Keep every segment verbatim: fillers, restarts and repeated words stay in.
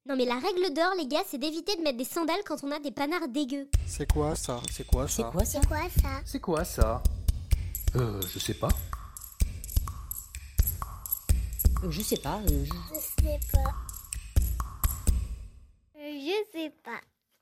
Non mais la règle d'or les gars, c'est d'éviter de mettre des sandales quand on a des panards dégueux. C'est quoi ça? C'est quoi C'est ça? quoi ça? C'est quoi ça? C'est quoi ça? Euh, je sais pas. Euh, Je sais pas. euh, je- Je sais pas. Je sais pas.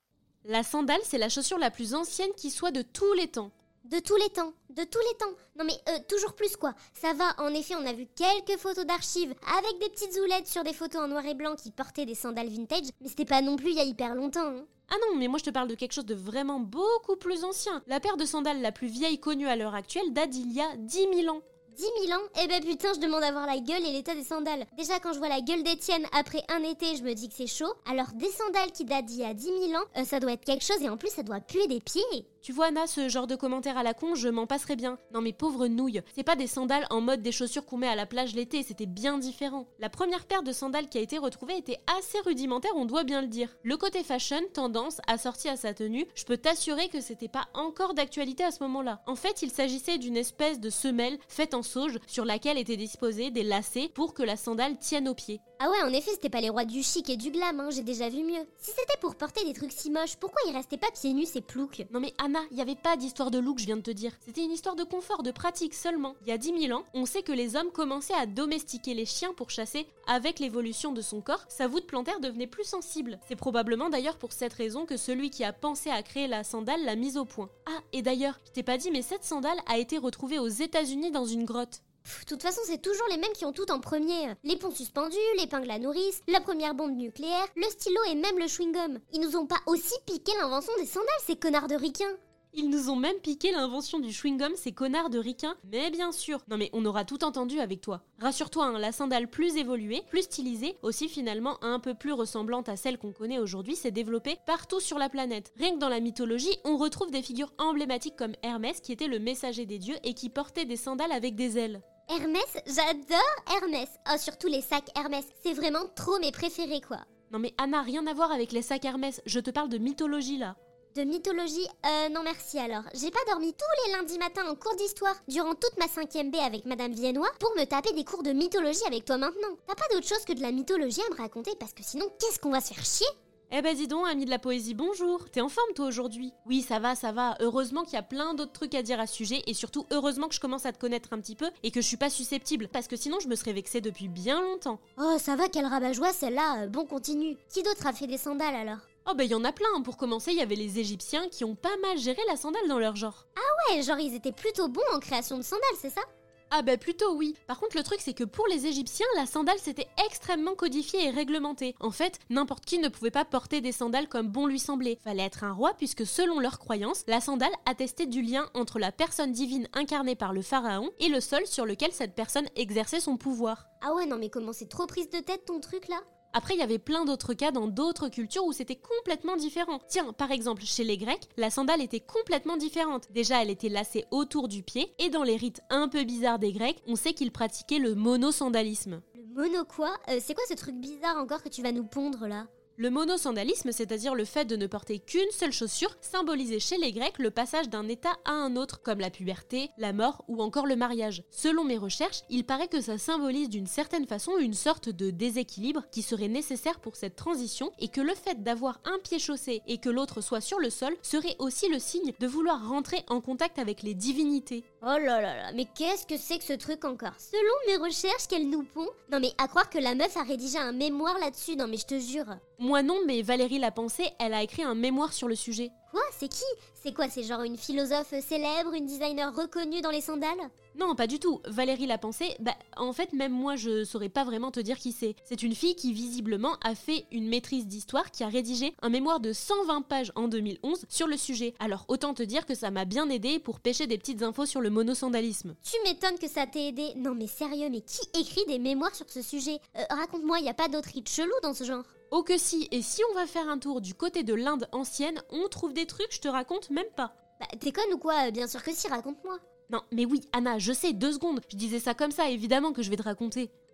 La sandale, c'est la chaussure la plus ancienne qui soit de tous les temps. De tous les temps, de tous les temps. Non mais euh, toujours plus quoi. Ça va, en effet, on a vu quelques photos d'archives avec des petites zoulettes sur des photos en noir et blanc qui portaient des sandales vintage, mais c'était pas non plus il y a hyper longtemps. Hein. Ah non, mais moi je te parle de quelque chose de vraiment beaucoup plus ancien. La paire de sandales la plus vieille connue à l'heure actuelle date d'il y a dix mille ans. dix mille ans? Eh ben putain, je demande à voir la gueule et l'état des sandales. Déjà quand je vois la gueule d'Étienne après un été, je me dis que c'est chaud. Alors des sandales qui datent d'il y a dix mille ans, euh, ça doit être quelque chose et en plus ça doit puer des pieds. Tu vois Anna, ce genre de commentaire à la con, je m'en passerais bien. Non mais pauvre nouille, c'est pas des sandales en mode des chaussures qu'on met à la plage l'été, c'était bien différent. La première paire de sandales qui a été retrouvée était assez rudimentaire, on doit bien le dire. Le côté fashion, tendance, assorti à sa tenue, je peux t'assurer que c'était pas encore d'actualité à ce moment-là. En fait, il s'agissait d'une espèce de semelle faite en sauge sur laquelle étaient disposés des lacets pour que la sandale tienne au pied. Ah ouais, en effet, c'était pas les rois du chic et du glam, hein, j'ai déjà vu mieux. Si c'était pour porter des trucs si moches, pourquoi ils restaient pas pieds nus ces ploucs? Non mais Anna, il y avait pas d'histoire de look, je viens de te dire. C'était une histoire de confort, de pratique seulement. Il y a dix mille ans, on sait que les hommes commençaient à domestiquer les chiens pour chasser. Avec l'évolution de son corps, sa voûte plantaire devenait plus sensible. C'est probablement d'ailleurs pour cette raison que celui qui a pensé à créer la sandale l'a mise au point. Ah, et d'ailleurs, je t'ai pas dit, mais cette sandale a été retrouvée aux États-Unis dans une grotte. De toute façon, c'est toujours les mêmes qui ont tout en premier. Les ponts suspendus, l'épingle à nourrice, la première bombe nucléaire, le stylo et même le chewing-gum. Ils nous ont pas aussi piqué l'invention des sandales, ces connards de ricains. Ils nous ont même piqué l'invention du chewing-gum, ces connards de ricains. Mais bien sûr. Non mais on aura tout entendu avec toi. Rassure-toi, hein, la sandale plus évoluée, plus stylisée, aussi finalement un peu plus ressemblante à celle qu'on connaît aujourd'hui, s'est développée partout sur la planète. Rien que dans la mythologie, on retrouve des figures emblématiques comme Hermès, qui était le messager des dieux et qui portait des sandales avec des ailes. Hermès, j'adore Hermès. Oh, surtout les sacs Hermès. C'est vraiment trop mes préférés, quoi. Non mais Anna, rien à voir avec les sacs Hermès, je te parle de mythologie là. De mythologie, euh, non merci alors. J'ai pas dormi tous les lundis matins en cours d'histoire durant toute ma cinquième B avec Madame Viennois pour me taper des cours de mythologie avec toi maintenant. T'as pas d'autre chose que de la mythologie à me raconter parce que sinon, qu'est-ce qu'on va se faire chier? Eh ben dis donc, ami de la poésie, bonjour. T'es en forme toi aujourd'hui? Oui, ça va, ça va. Heureusement qu'il y a plein d'autres trucs à dire à ce sujet et surtout heureusement que je commence à te connaître un petit peu et que je suis pas susceptible parce que sinon je me serais vexée depuis bien longtemps. Oh, ça va, quel rabat-joie celle-là. Euh, bon, continue. Qui d'autre a fait des sandales alors? Oh ben il y en a plein. Pour commencer, il y avait les Égyptiens qui ont pas mal géré la sandale dans leur genre. Ouais, genre ils étaient plutôt bons en création de sandales, c'est ça? Ah bah plutôt oui. Par contre le truc c'est que pour les Égyptiens, la sandale c'était extrêmement codifié et réglementé. En fait, n'importe qui ne pouvait pas porter des sandales comme bon lui semblait. Fallait être un roi puisque selon leurs croyances, la sandale attestait du lien entre la personne divine incarnée par le pharaon et le sol sur lequel cette personne exerçait son pouvoir. Ah ouais, non mais comment c'est trop prise de tête ton truc là? Après, il y avait plein d'autres cas dans d'autres cultures où c'était complètement différent. Tiens, par exemple, chez les Grecs, la sandale était complètement différente. Déjà, elle était lacée autour du pied, et dans les rites un peu bizarres des Grecs, on sait qu'ils pratiquaient le monosandalisme. Le mono quoi? Euh, c'est quoi ce truc bizarre encore que tu vas nous pondre là? Le monosandalisme, c'est-à-dire le fait de ne porter qu'une seule chaussure, symbolisait chez les Grecs le passage d'un état à un autre, comme la puberté, la mort ou encore le mariage. Selon mes recherches, il paraît que ça symbolise d'une certaine façon une sorte de déséquilibre qui serait nécessaire pour cette transition et que le fait d'avoir un pied chaussé et que l'autre soit sur le sol serait aussi le signe de vouloir rentrer en contact avec les divinités. Oh là là là, mais qu'est-ce que c'est que ce truc encore? Selon mes recherches qu'elle nous pond? Non mais à croire que la meuf a rédigé un mémoire là-dessus, non mais je te jure. Moi non, mais Valérie Lapensée, elle a écrit un mémoire sur le sujet. Quoi? C'est qui? C'est quoi? C'est genre une philosophe célèbre, une designer reconnue dans les sandales? Non, pas du tout. Valérie Lapensée, bah en fait même moi je saurais pas vraiment te dire qui c'est. C'est une fille qui visiblement a fait une maîtrise d'histoire, qui a rédigé un mémoire de cent vingt pages en deux mille onze sur le sujet. Alors autant te dire que ça m'a bien aidé pour pêcher des petites infos sur le monosandalisme. Tu m'étonnes que ça t'ait aidé. Non mais sérieux, mais qui écrit des mémoires sur ce sujet? euh, Raconte-moi, y a pas d'autres rites chelous dans ce genre? Oh que si, et si on va faire un tour du côté de l'Inde ancienne, on trouve des trucs, je te raconte même pas. Bah t'es conne ou quoi? Bien sûr que si, raconte-moi. Non, mais oui, Anna, je sais, deux secondes. Je disais ça comme ça, évidemment que je vais te raconter.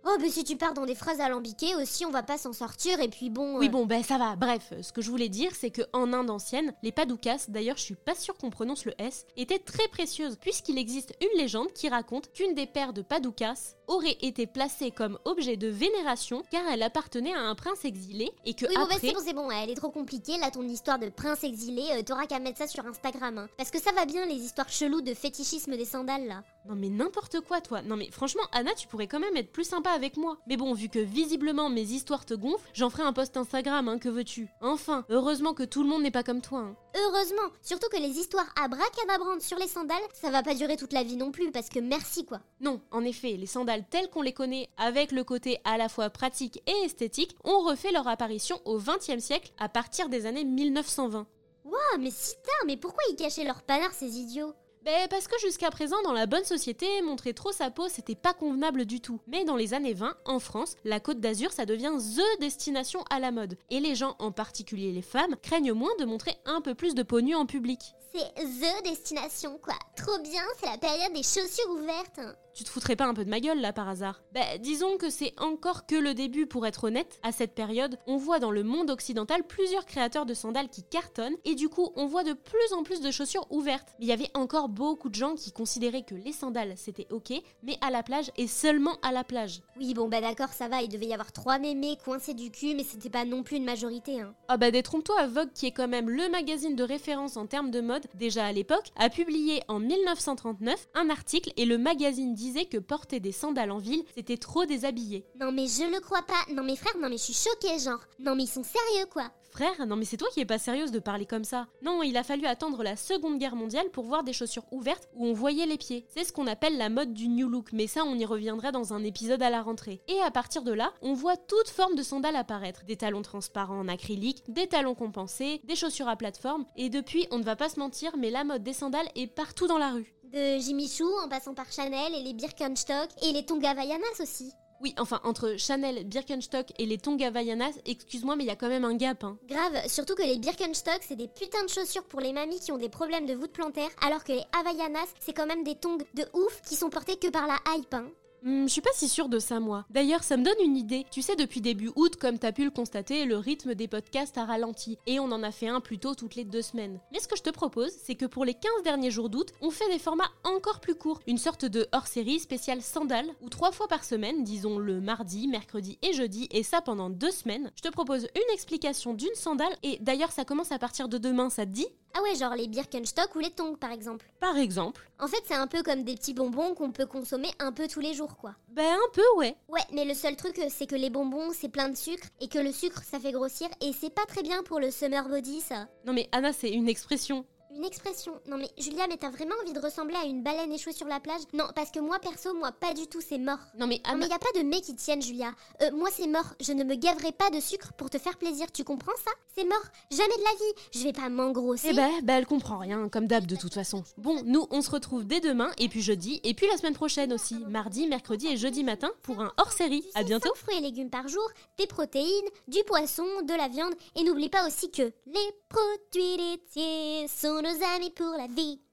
Oh, bah si tu pars dans des phrases alambiquées aussi, on va pas s'en sortir, et puis bon... Oui euh, bon, ben ça va, bref, ce que je voulais dire, c'est qu'en Inde ancienne, les padoukas, d'ailleurs je suis pas sûre qu'on prononce le S, étaient très précieuses, puisqu'il existe une légende qui raconte qu'une des paires de padoukas aurait été placée comme objet de vénération, car elle appartenait à un prince exilé, et que Oui, bon, bah, après... c'est bon, c'est bon, elle est trop compliquée, là, ton histoire de prince exilé, euh, t'auras qu'à mettre ça sur Instagram, hein. Parce que ça va bien, les histoires cheloues de fétichisme des sandales, là. Non mais n'importe quoi toi, non mais franchement Anna tu pourrais quand même être plus sympa avec moi. Mais bon vu que visiblement mes histoires te gonflent, j'en ferai un post Instagram hein, que veux-tu. Enfin, heureusement que tout le monde n'est pas comme toi hein. Heureusement, surtout que les histoires abracadabrantes sur les sandales, ça va pas durer toute la vie non plus, parce que merci quoi. Non, en effet, les sandales telles qu'on les connaît, avec le côté à la fois pratique et esthétique, ont refait leur apparition au vingtième siècle à partir des années mille neuf cent vingt. Ah, mais si tard, mais pourquoi ils cachaient leur panard, ces idiots? Ben parce que jusqu'à présent, dans la bonne société, montrer trop sa peau, c'était pas convenable du tout. Mais dans les années vingt, en France, la Côte d'Azur, ça devient THE destination à la mode. Et les gens, en particulier les femmes, craignent moins de montrer un peu plus de peau nue en public. C'est THE destination, quoi. Trop bien, c'est la période des chaussures ouvertes. Tu te foutrais pas un peu de ma gueule là par hasard? Bah disons que c'est encore que le début pour être honnête. À cette période, on voit dans le monde occidental plusieurs créateurs de sandales qui cartonnent et du coup on voit de plus en plus de chaussures ouvertes. Mais il y avait encore beaucoup de gens qui considéraient que les sandales c'était ok, mais à la plage et seulement à la plage. Oui bon bah d'accord ça va, il devait y avoir trois mémés coincés du cul mais c'était pas non plus une majorité hein. Ah bah détrompe-toi, Vogue qui est quand même le magazine de référence en termes de mode, déjà à l'époque, a publié en mille neuf cent trente-neuf un article et le magazine disait que porter des sandales en ville, c'était trop déshabillé. Non mais je le crois pas, non mais frère, non mais je suis choquée genre, non mais ils sont sérieux quoi. Frère, non mais c'est toi qui es pas sérieuse de parler comme ça. Non, il a fallu attendre la Seconde Guerre mondiale pour voir des chaussures ouvertes où on voyait les pieds. C'est ce qu'on appelle la mode du New Look, mais ça on y reviendra dans un épisode à la rentrée. Et à partir de là, on voit toute forme de sandales apparaître. Des talons transparents en acrylique, des talons compensés, des chaussures à plateforme, et depuis, on ne va pas se mentir, mais la mode des sandales est partout dans la rue. De Jimmy Choo en passant par Chanel et les Birkenstock et les Tonga Havaianas aussi. Oui, enfin, entre Chanel, Birkenstock et les Tonga Havaianas, excuse-moi, mais il y a quand même un gap, hein. Grave, surtout que les Birkenstock, c'est des putains de chaussures pour les mamies qui ont des problèmes de voûte plantaire, alors que les Havaianas, c'est quand même des tongs de ouf qui sont portés que par la hype, hein. Hmm, je suis pas si sûre de ça, moi. D'ailleurs, ça me donne une idée. Tu sais, depuis début août, comme t'as pu le constater, le rythme des podcasts a ralenti. Et on en a fait un plutôt toutes les deux semaines. Mais ce que je te propose, c'est que pour les quinze derniers jours d'août, on fait des formats encore plus courts. Une sorte de hors-série spéciale sandales, où trois fois par semaine, disons le mardi, mercredi et jeudi, et ça pendant deux semaines, je te propose une explication d'une sandale, et d'ailleurs ça commence à partir de demain, ça te dit ? Ah ouais, genre les Birkenstock ou les tongs par exemple. Par exemple. En fait, c'est un peu comme des petits bonbons qu'on peut consommer un peu tous les jours, quoi. Ben un peu, ouais. Ouais, mais le seul truc, c'est que les bonbons, c'est plein de sucre, et que le sucre, ça fait grossir, et c'est pas très bien pour le summer body, ça. Non mais Anna, c'est une expression. Une expression. Non mais Julia, mais t'as vraiment envie de ressembler à une baleine échouée sur la plage? Non, parce que moi, perso, moi, pas du tout, c'est mort. Non mais Anna... Non mais y a pas de mec qui tienne, Julia. Euh, moi, c'est mort. Je ne me gaverai pas de sucre pour te faire plaisir, tu comprends ça? C'est mort. Jamais de la vie. Je vais pas m'engrosser. Eh ben, bah elle comprend rien, comme d'hab de toute façon. Bon, nous, on se retrouve dès demain, et puis jeudi, et puis la semaine prochaine aussi, mardi, mercredi et jeudi matin, pour un hors-série. À bientôt. cinq fruits et légumes par jour, des protéines, du poisson, de la viande, et n'oublie pas aussi que les produits laitiers sont nos amis pour la vie.